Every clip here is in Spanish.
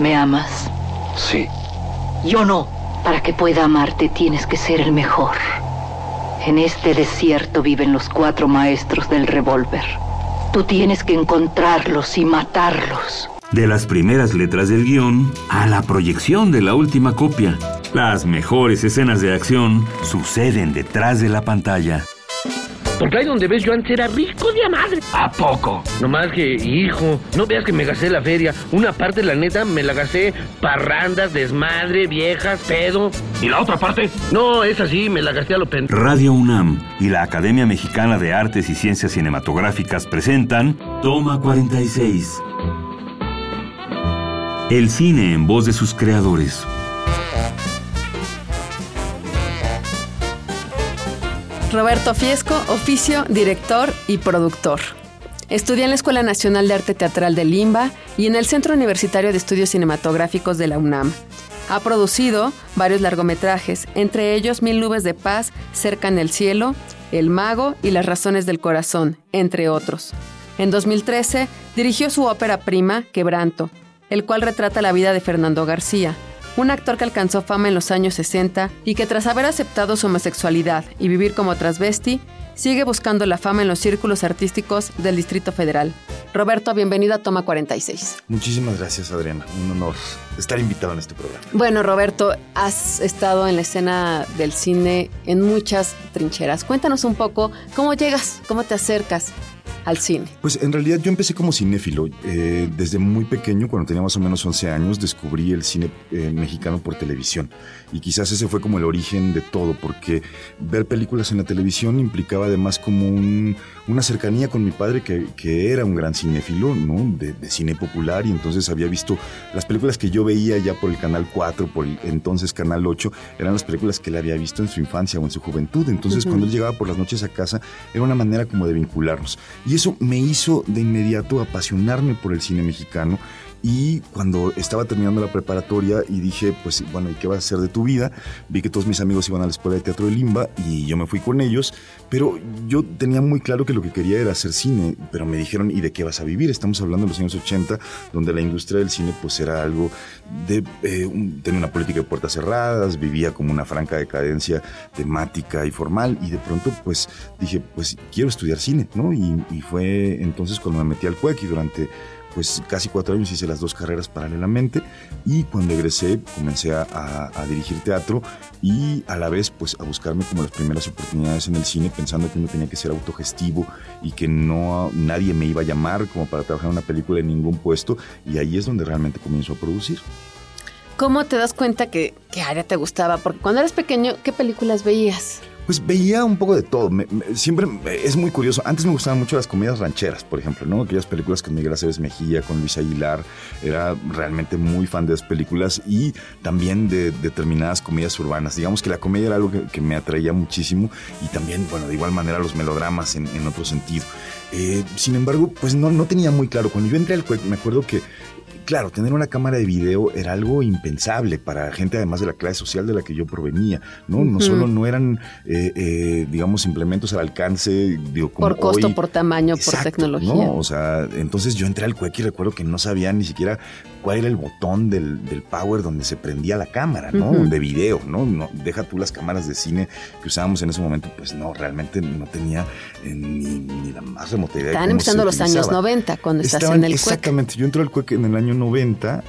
¿Me amas? Sí. Yo no. Para que pueda amarte tienes que ser el mejor. En este desierto viven los 4 maestros del revólver. Tú tienes que encontrarlos y matarlos. De las primeras letras del guión a la proyección de la última copia, las mejores escenas de acción suceden detrás de la pantalla. Porque ahí donde ves yo antes era rico de a madre. ¿A poco? Nomás que, hijo, no veas que me gasté la feria. Una parte, la neta, me la gasté parrandas, desmadre, viejas, pedo. ¿Y la otra parte? No, esa sí, me la gasté a lo pendejo. Radio UNAM y la Academia Mexicana de Artes y Ciencias Cinematográficas presentan Toma 46. El cine en voz de sus creadores. Roberto Fiesco, oficio, director y productor. Estudió en la Escuela Nacional de Arte Teatral de Limba y en el Centro Universitario de Estudios Cinematográficos de la UNAM. Ha producido varios largometrajes, entre ellos 1000 nubes de paz, Cerca en el cielo, El mago y Las razones del corazón, entre otros. En 2013 dirigió su ópera prima, Quebranto, el cual retrata la vida de Fernando García, un actor que alcanzó fama en los años 60 y que tras haber aceptado su homosexualidad y vivir como transvesti, sigue buscando la fama en los círculos artísticos del Distrito Federal. Roberto, bienvenido a Toma 46. Muchísimas gracias, Adriana. Un honor estar invitado en este programa. Bueno, Roberto, has estado en la escena del cine en muchas trincheras. Cuéntanos un poco cómo llegas, cómo te acercas al cine. Pues en realidad yo empecé como cinéfilo. Desde muy pequeño, cuando tenía más o menos 11 años, descubrí el cine mexicano por televisión. Y quizás ese fue como el origen de todo, porque ver películas en la televisión implicaba además como una cercanía con mi padre, que era un gran cinéfilo, ¿no? De cine popular, y entonces había visto las películas que yo veía ya por el Canal 4, por el entonces Canal 8, eran las películas que él había visto en su infancia o en su juventud. Entonces cuando él llegaba por las noches a casa, era una manera como de vincularnos. Y eso me hizo de inmediato apasionarme por el cine mexicano. Y cuando estaba terminando la preparatoria y dije, pues bueno, ¿y qué vas a hacer de tu vida? Vi que todos mis amigos iban a la Escuela de Teatro de Limba y yo me fui con ellos, pero yo tenía muy claro que lo que quería era hacer cine, pero me dijeron, ¿y de qué vas a vivir? Estamos hablando de los años 80, donde la industria del cine pues era algo de... tenía una política de puertas cerradas, vivía como una franca decadencia temática y formal, y de pronto pues dije, pues quiero estudiar cine, ¿no? Y fue entonces cuando me metí al CUEC y durante pues casi 4 años hice las 2 carreras paralelamente, y cuando egresé comencé a dirigir teatro y a la vez pues a buscarme como las primeras oportunidades en el cine, pensando que uno tenía que ser autogestivo y que nadie me iba a llamar como para trabajar en una película en ningún puesto, y ahí es donde realmente comienzo a producir. ¿Cómo te das cuenta qué área te gustaba? Porque cuando eras pequeño, ¿qué películas veías? Pues veía un poco de todo. Siempre es muy curioso. Antes me gustaban mucho las comedias rancheras, por ejemplo, ¿no? Aquellas películas con Miguel Aceves Mejía, con Luis Aguilar. Era realmente muy fan de esas películas, y también de determinadas comedias urbanas. Digamos que la comedia era algo que me atraía muchísimo, y también, bueno, de igual manera los melodramas en otro sentido. Sin embargo, pues no tenía muy claro. Cuando yo entré al CUEC, me acuerdo que claro, tener una cámara de video era algo impensable para gente además de la clase social de la que yo provenía, ¿no? No solo no eran, digamos, implementos al alcance, digo, como por costo, hoy. Por tamaño, Exacto, por tecnología. ¿no? O sea, entonces yo entré al CUEC y recuerdo que no sabía ni siquiera cuál era el botón del power donde se prendía la cámara, ¿no? De video, ¿no? Deja tú las cámaras de cine que usábamos en ese momento, pues no, realmente no tenía ni la más remota idea. Estaban empezando los años 90 cuando estás en el CUEC. Exactamente, yo entré al CUEC en el año 90,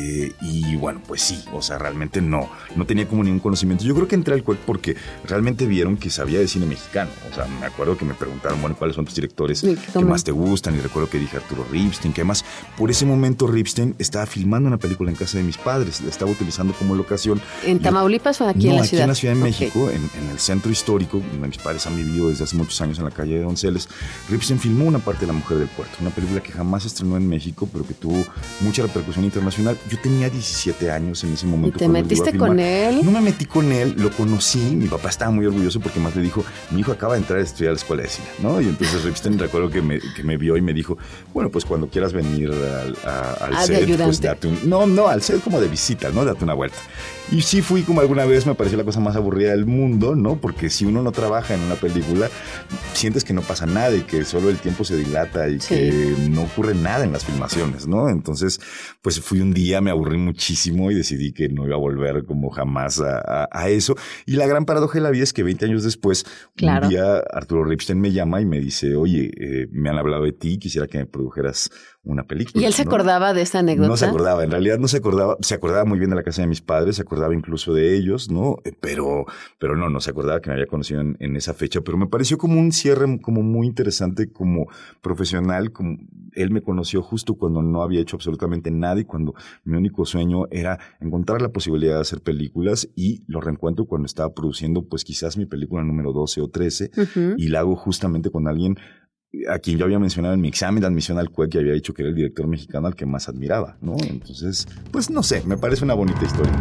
y bueno, pues sí, o sea, realmente no tenía como ningún conocimiento. Yo creo que entré al CUEC porque realmente vieron que sabía de cine mexicano. O sea, me acuerdo que me preguntaron, bueno, ¿cuáles son tus directores que más te gustan? Y recuerdo que dije Arturo Ripstein, que además por ese momento Ripstein estaba filmando una película en casa de mis padres, la estaba utilizando como locación. ¿En Tamaulipas o aquí en la ciudad? Aquí en la Ciudad de México, en el centro histórico, donde mis padres han vivido desde hace muchos años, en la calle de Donceles. Ripstein filmó una parte de La Mujer del Puerto, una película que jamás se estrenó en México, pero que tuvo mucha repercusión internacional. Yo tenía 17 años en ese momento. ¿Y te metiste con él? No me metí con él, lo conocí. Mi papá estaba muy orgulloso porque más le dijo, mi hijo acaba de entrar a estudiar a la escuela de cine, ¿no? Y entonces Ripstein recuerdo que me vio y me dijo, bueno, pues cuando quieras venir al set, ayudante. date no, al ser como de visita, ¿no? Date una vuelta. Y sí fui como alguna vez, me pareció la cosa más aburrida del mundo, ¿no? Porque si uno no trabaja en una película, sientes que no pasa nada y que solo el tiempo se dilata y que no ocurre nada en las filmaciones, ¿no? Entonces, pues fui un día, me aburrí muchísimo y decidí que no iba a volver como jamás a eso. Y la gran paradoja de la vida es que 20 años después, un día Arturo Ripstein me llama y me dice, oye, me han hablado de ti, quisiera que me produjeras una película. ¿Y él se acordaba de esa anécdota? No se acordaba, en realidad no se acordaba, se acordaba muy bien de la casa de mis padres, se acordaba incluso de ellos, ¿no? Pero no se acordaba que me había conocido en esa fecha, pero me pareció como un cierre como muy interesante como profesional, como él me conoció justo cuando no había hecho absolutamente nada y cuando mi único sueño era encontrar la posibilidad de hacer películas y lo reencuentro cuando estaba produciendo pues quizás mi película número 12 o 13 y la hago justamente con alguien a quien yo había mencionado en mi examen de admisión al CUEC y había dicho que era el director mexicano al que más admiraba, ¿no? Entonces, pues no sé, me parece una bonita historia.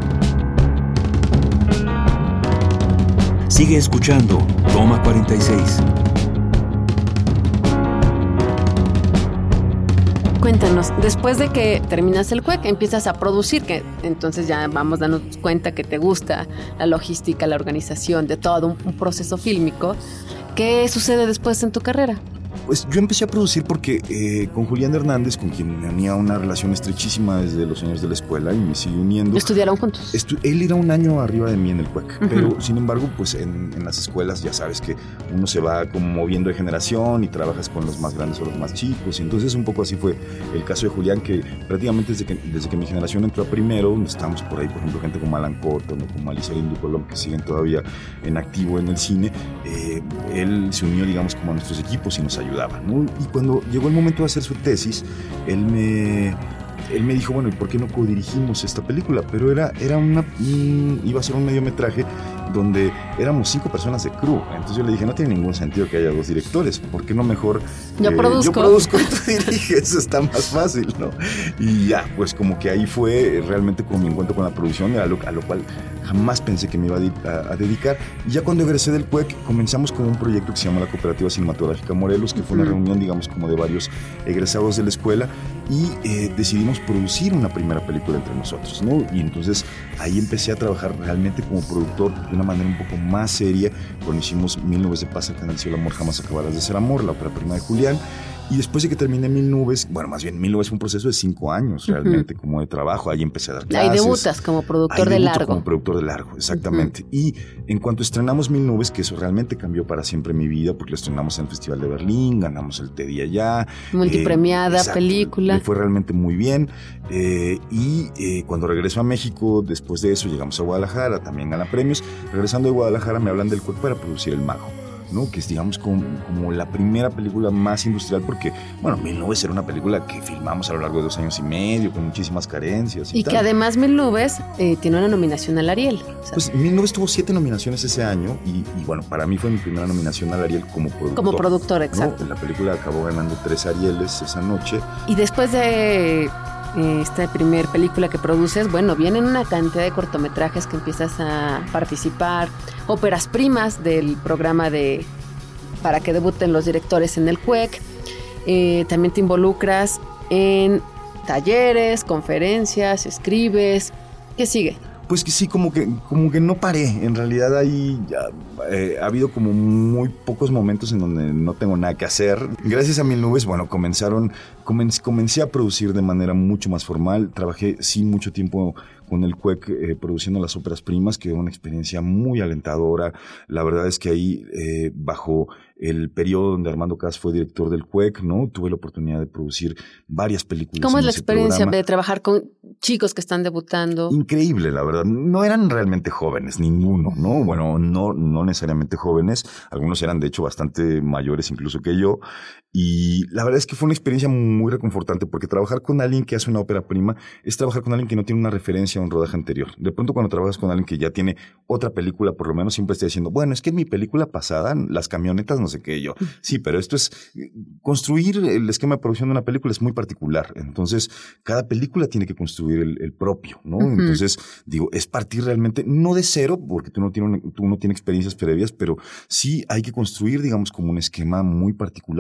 Sigue escuchando Toma 46. Cuéntanos, después de que terminas el CUEC, empiezas a producir, que entonces ya vamos dándonos cuenta que te gusta la logística, la organización de todo un proceso fílmico. ¿Qué sucede después en tu carrera? Pues yo empecé a producir porque con Julián Hernández, con quien me unía una relación estrechísima desde los años de la escuela y me sigue uniendo. ¿Estudiaron juntos? Él era un año arriba de mí en el CUEC, pero sin embargo, pues en las escuelas ya sabes que uno se va como moviendo de generación y trabajas con los más grandes o los más chicos. Y entonces un poco así fue el caso de Julián, que prácticamente desde que mi generación entró a primero, donde estamos por ahí, por ejemplo, gente como Alan Cotton o como Alicia Lindu Colón, que siguen todavía en activo en el cine, él se unió, digamos, como a nuestros equipos y nos ayudaba, ¿no? Y cuando llegó el momento de hacer su tesis, él me dijo, bueno, ¿y por qué no codirigimos esta película? Pero iba a ser un mediometraje donde éramos 5 personas de crew. Entonces yo le dije, no tiene ningún sentido que haya 2 directores. ¿Por qué no mejor yo produzco y tú diriges? Está más fácil, ¿no? Y ya, pues como que ahí fue realmente como mi encuentro con la producción, a lo cual jamás pensé que me iba a dedicar. Y ya cuando egresé del CUEC, comenzamos con un proyecto que se llama la Cooperativa Cinematográfica Morelos, que fue una reunión, digamos, como de varios egresados de la escuela, y decidimos producir una primera película entre nosotros, ¿no? Y entonces ahí empecé a trabajar realmente como productor de una manera un poco más seria, cuando hicimos 1000 nubes de paz al canal Cielo Amor Jamás Acabarás de Ser Amor, la ópera prima de Julián. Y después de que terminé 1000 nubes, bueno, más bien 1000 nubes fue un proceso de 5 años realmente como de trabajo. Ahí empecé a dar clases. Ahí debutas como productor de largo. Como productor de largo, exactamente. Y en cuanto estrenamos 1000 nubes, que eso realmente cambió para siempre mi vida, porque lo estrenamos en el Festival de Berlín, ganamos el Teddy allá. Multipremiada película. Me fue realmente muy bien. Cuando regreso a México, después de eso llegamos a Guadalajara, también ganan premios. Regresando de Guadalajara me hablan del CUEC para producir El Mago, ¿no? Que es, digamos, como la primera película más industrial, porque, bueno, 1000 nubes era una película que filmamos a lo largo de 2 años y medio, con muchísimas carencias. Y que además 1000 nubes tiene una nominación al Ariel. O sea, pues 1000 nubes tuvo 7 nominaciones ese año y bueno, para mí fue mi primera nominación al Ariel como productor. Como productor, exacto. ¿No? La película acabó ganando 3 Arieles esa noche. Y después de esta primer película que produces, bueno, vienen una cantidad de cortometrajes que empiezas a participar, óperas primas del programa para que debuten los directores en el CUEC. También te involucras en talleres, conferencias, escribes. ¿Qué sigue? Pues que sí, como que no paré. En realidad ahí ha habido como muy pocos momentos en donde no tengo nada que hacer. Gracias a 1000 nubes, bueno, comencé a producir de manera mucho más formal. Trabajé sí mucho tiempo con el CUEC produciendo las óperas primas, que era una experiencia muy alentadora. La verdad es que ahí, bajo el periodo donde Armando Cas fue director del CUEC, ¿no? Tuve la oportunidad de producir varias películas. ¿Cómo es la experiencia de trabajar con chicos que están debutando? Increíble, la verdad. No eran realmente jóvenes, ninguno, ¿no? Bueno, no necesariamente jóvenes. Algunos eran, de hecho, bastante mayores incluso que yo. Y la verdad es que fue una experiencia muy reconfortante, porque trabajar con alguien que hace una ópera prima es trabajar con alguien que no tiene una referencia a un rodaje anterior. De pronto, cuando trabajas con alguien que ya tiene otra película, por lo menos siempre está diciendo, bueno, es que en mi película pasada, las camionetas, no sé qué, yo. Sí, pero esto es construir el esquema de producción de una película es muy particular. Entonces, cada película tiene que construir el propio, ¿no? Entonces, digo, es partir realmente, no de cero, porque tú no tienes experiencias previas, pero sí hay que construir, digamos, como un esquema muy particular para cada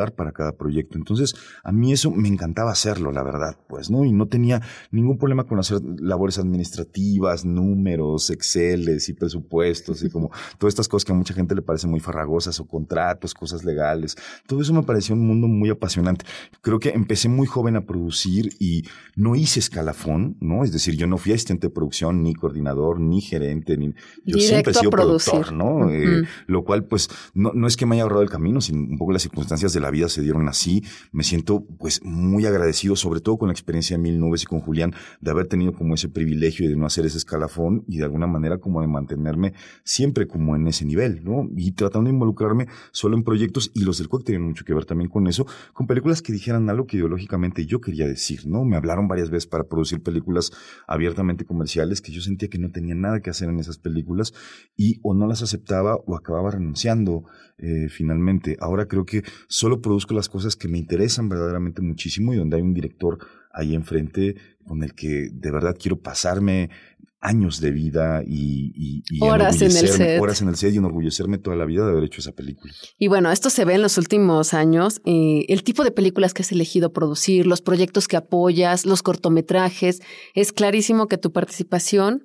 cada proyecto. Entonces, a mí eso me encantaba hacerlo, la verdad, pues, ¿no? Y no tenía ningún problema con hacer labores administrativas, números, Exceles y presupuestos y como todas estas cosas que a mucha gente le parecen muy farragosas, o contratos, cosas legales. Todo eso me pareció un mundo muy apasionante. Creo que empecé muy joven a producir y no hice escalafón, ¿no? Es decir, yo no fui asistente de producción, ni coordinador, ni gerente, yo directo siempre he sido producir. productor, ¿no? Lo cual, pues, no es que me haya ahorrado el camino, sino un poco las circunstancias de la vida se dieron así. Me siento, pues, muy agradecido, sobre todo con la experiencia de Mil Nubes y con Julián, de haber tenido como ese privilegio de no hacer ese escalafón y de alguna manera como de mantenerme siempre como en ese nivel, ¿no? Y tratando de involucrarme solo en proyectos, y los del CUEC tenían mucho que ver también con eso, con películas que dijeran algo que ideológicamente yo quería decir, ¿no? Me hablaron varias veces para producir películas abiertamente comerciales que yo sentía que no tenía nada que hacer en esas películas y o no las aceptaba o acababa renunciando finalmente. Ahora creo que solo produzco las cosas que me interesan verdaderamente muchísimo y donde hay un director ahí enfrente con el que de verdad quiero pasarme años de vida y horas en el set. Horas en el set y enorgullecerme toda la vida de haber hecho esa película. Y bueno, esto se ve en los últimos años. El tipo de películas que has elegido producir, los proyectos que apoyas, los cortometrajes. Es clarísimo que tu participación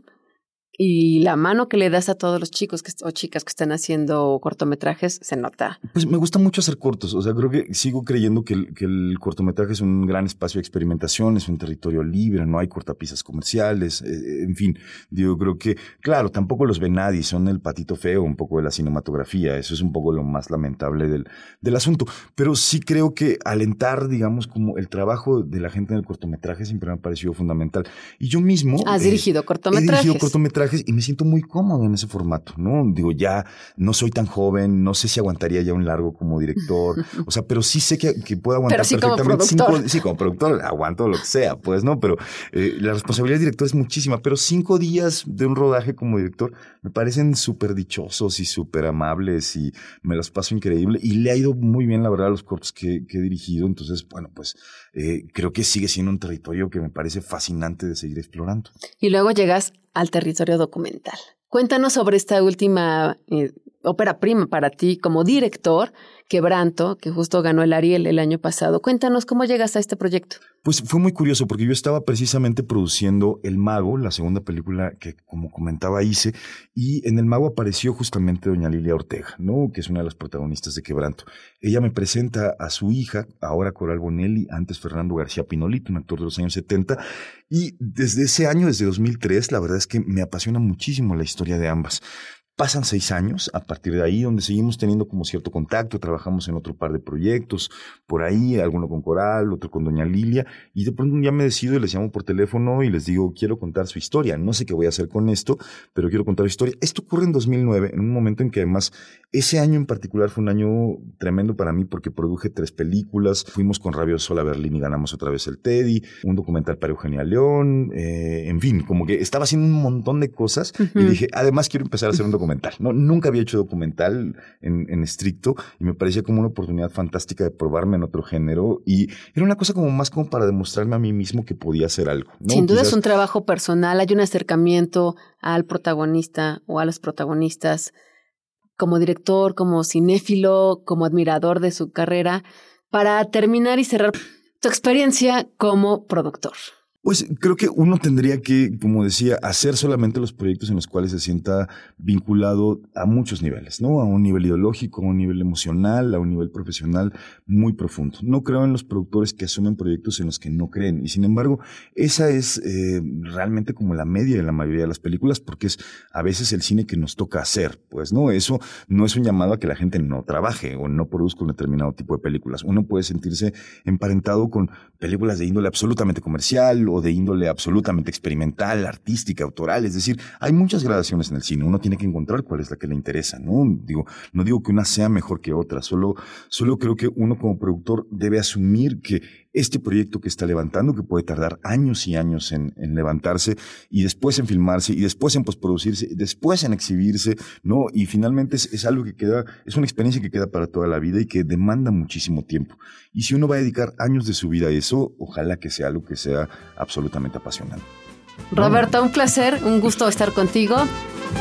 y la mano que le das a todos los chicos o chicas que están haciendo cortometrajes se nota. Pues me gusta mucho hacer cortos. O sea, creo que sigo creyendo que el cortometraje es un gran espacio de experimentación, es un territorio libre, no hay cortapisas comerciales, en fin. Digo, creo que, claro, tampoco los ve nadie, son el patito feo un poco de la cinematografía. Eso es un poco lo más lamentable del asunto. Pero sí creo que alentar, digamos, como el trabajo de la gente en el cortometraje siempre me ha parecido fundamental. Y yo mismo... ¿Has dirigido cortometrajes? He dirigido cortometrajes y me siento muy cómodo en ese formato, ¿no? Digo, ya no soy tan joven, no sé si aguantaría ya un largo como director, o sea, pero sí sé que puedo aguantar perfectamente. Sí, como productor aguanto lo que sea, pues, ¿no? Pero la responsabilidad de director es muchísima, pero 5 días de un rodaje como director me parecen súper dichosos y súper amables y me los paso increíble y le ha ido muy bien, la verdad, a los cortos que he dirigido. Entonces, bueno, pues creo que sigue siendo un territorio que me parece fascinante de seguir explorando. Y luego llegas al territorio documental. Cuéntanos sobre esta última ópera prima para ti como director, Quebranto, que justo ganó el Ariel el año pasado. Cuéntanos cómo llegas a este proyecto. Pues fue muy curioso porque yo estaba precisamente produciendo El Mago, la segunda película que, como comentaba, hice, y en El Mago apareció justamente doña Lilia Ortega, ¿no? Que es una de las protagonistas de Quebranto. Ella me presenta a su hija, ahora Coral Bonelli, antes Fernando García Pinolito, un actor de los años 70, y desde ese año, desde 2003, la verdad es que me apasiona muchísimo la historia de ambas. Pasan 6 años a partir de ahí, donde seguimos teniendo como cierto contacto, trabajamos en otro par de proyectos, por ahí, alguno con Coral, otro con doña Lilia, y de pronto un día me decido y les llamo por teléfono y les digo, quiero contar su historia, no sé qué voy a hacer con esto, pero quiero contar su historia. Esto ocurre en 2009, en un momento en que además, ese año en particular fue un año tremendo para mí porque produje 3 películas, fuimos con Rabio Sol a Berlín y ganamos otra vez el Teddy, un documental para Eugenia León, en fin, como que estaba haciendo un montón de cosas y dije, además quiero empezar a hacer un documental. No, nunca había hecho documental en estricto y me parecía como una oportunidad fantástica de probarme en otro género y era una cosa como más como para demostrarme a mí mismo que podía hacer algo, ¿no? Sin duda es un trabajo personal, hay un acercamiento al protagonista o a los protagonistas como director, como cinéfilo, como admirador de su carrera, para terminar y cerrar tu experiencia como productor. Pues creo que uno tendría que, como decía, hacer solamente los proyectos en los cuales se sienta vinculado a muchos niveles, ¿no? A un nivel ideológico, a un nivel emocional, a un nivel profesional muy profundo. No creo en los productores que asumen proyectos en los que no creen. Y sin embargo, esa es realmente como la media de la mayoría de las películas, porque es a veces el cine que nos toca hacer, pues, ¿no? Eso no es un llamado a que la gente no trabaje o no produzca un determinado tipo de películas. Uno puede sentirse emparentado con películas de índole absolutamente comercial o de índole absolutamente experimental, artística, autoral. Es decir, hay muchas gradaciones en el cine. Uno tiene que encontrar cuál es la que le interesa, ¿no? No digo que una sea mejor que otra. Solo creo que uno como productor debe asumir que este proyecto que está levantando, que puede tardar años y años en levantarse y después en filmarse y después en postproducirse, después en exhibirse, ¿no? Y finalmente es algo que queda, es una experiencia que queda para toda la vida y que demanda muchísimo tiempo. Y si uno va a dedicar años de su vida a eso, ojalá que sea algo que sea absolutamente apasionante. Roberto, un placer, un gusto estar contigo.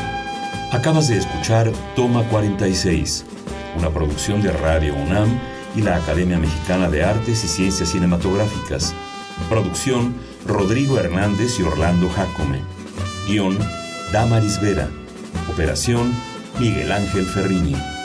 Acabas de escuchar Toma 46, una producción de Radio UNAM y la Academia Mexicana de Artes y Ciencias Cinematográficas. Producción, Rodrigo Hernández y Orlando Jácome. Guión, Damaris Vera. Operación, Miguel Ángel Ferrini.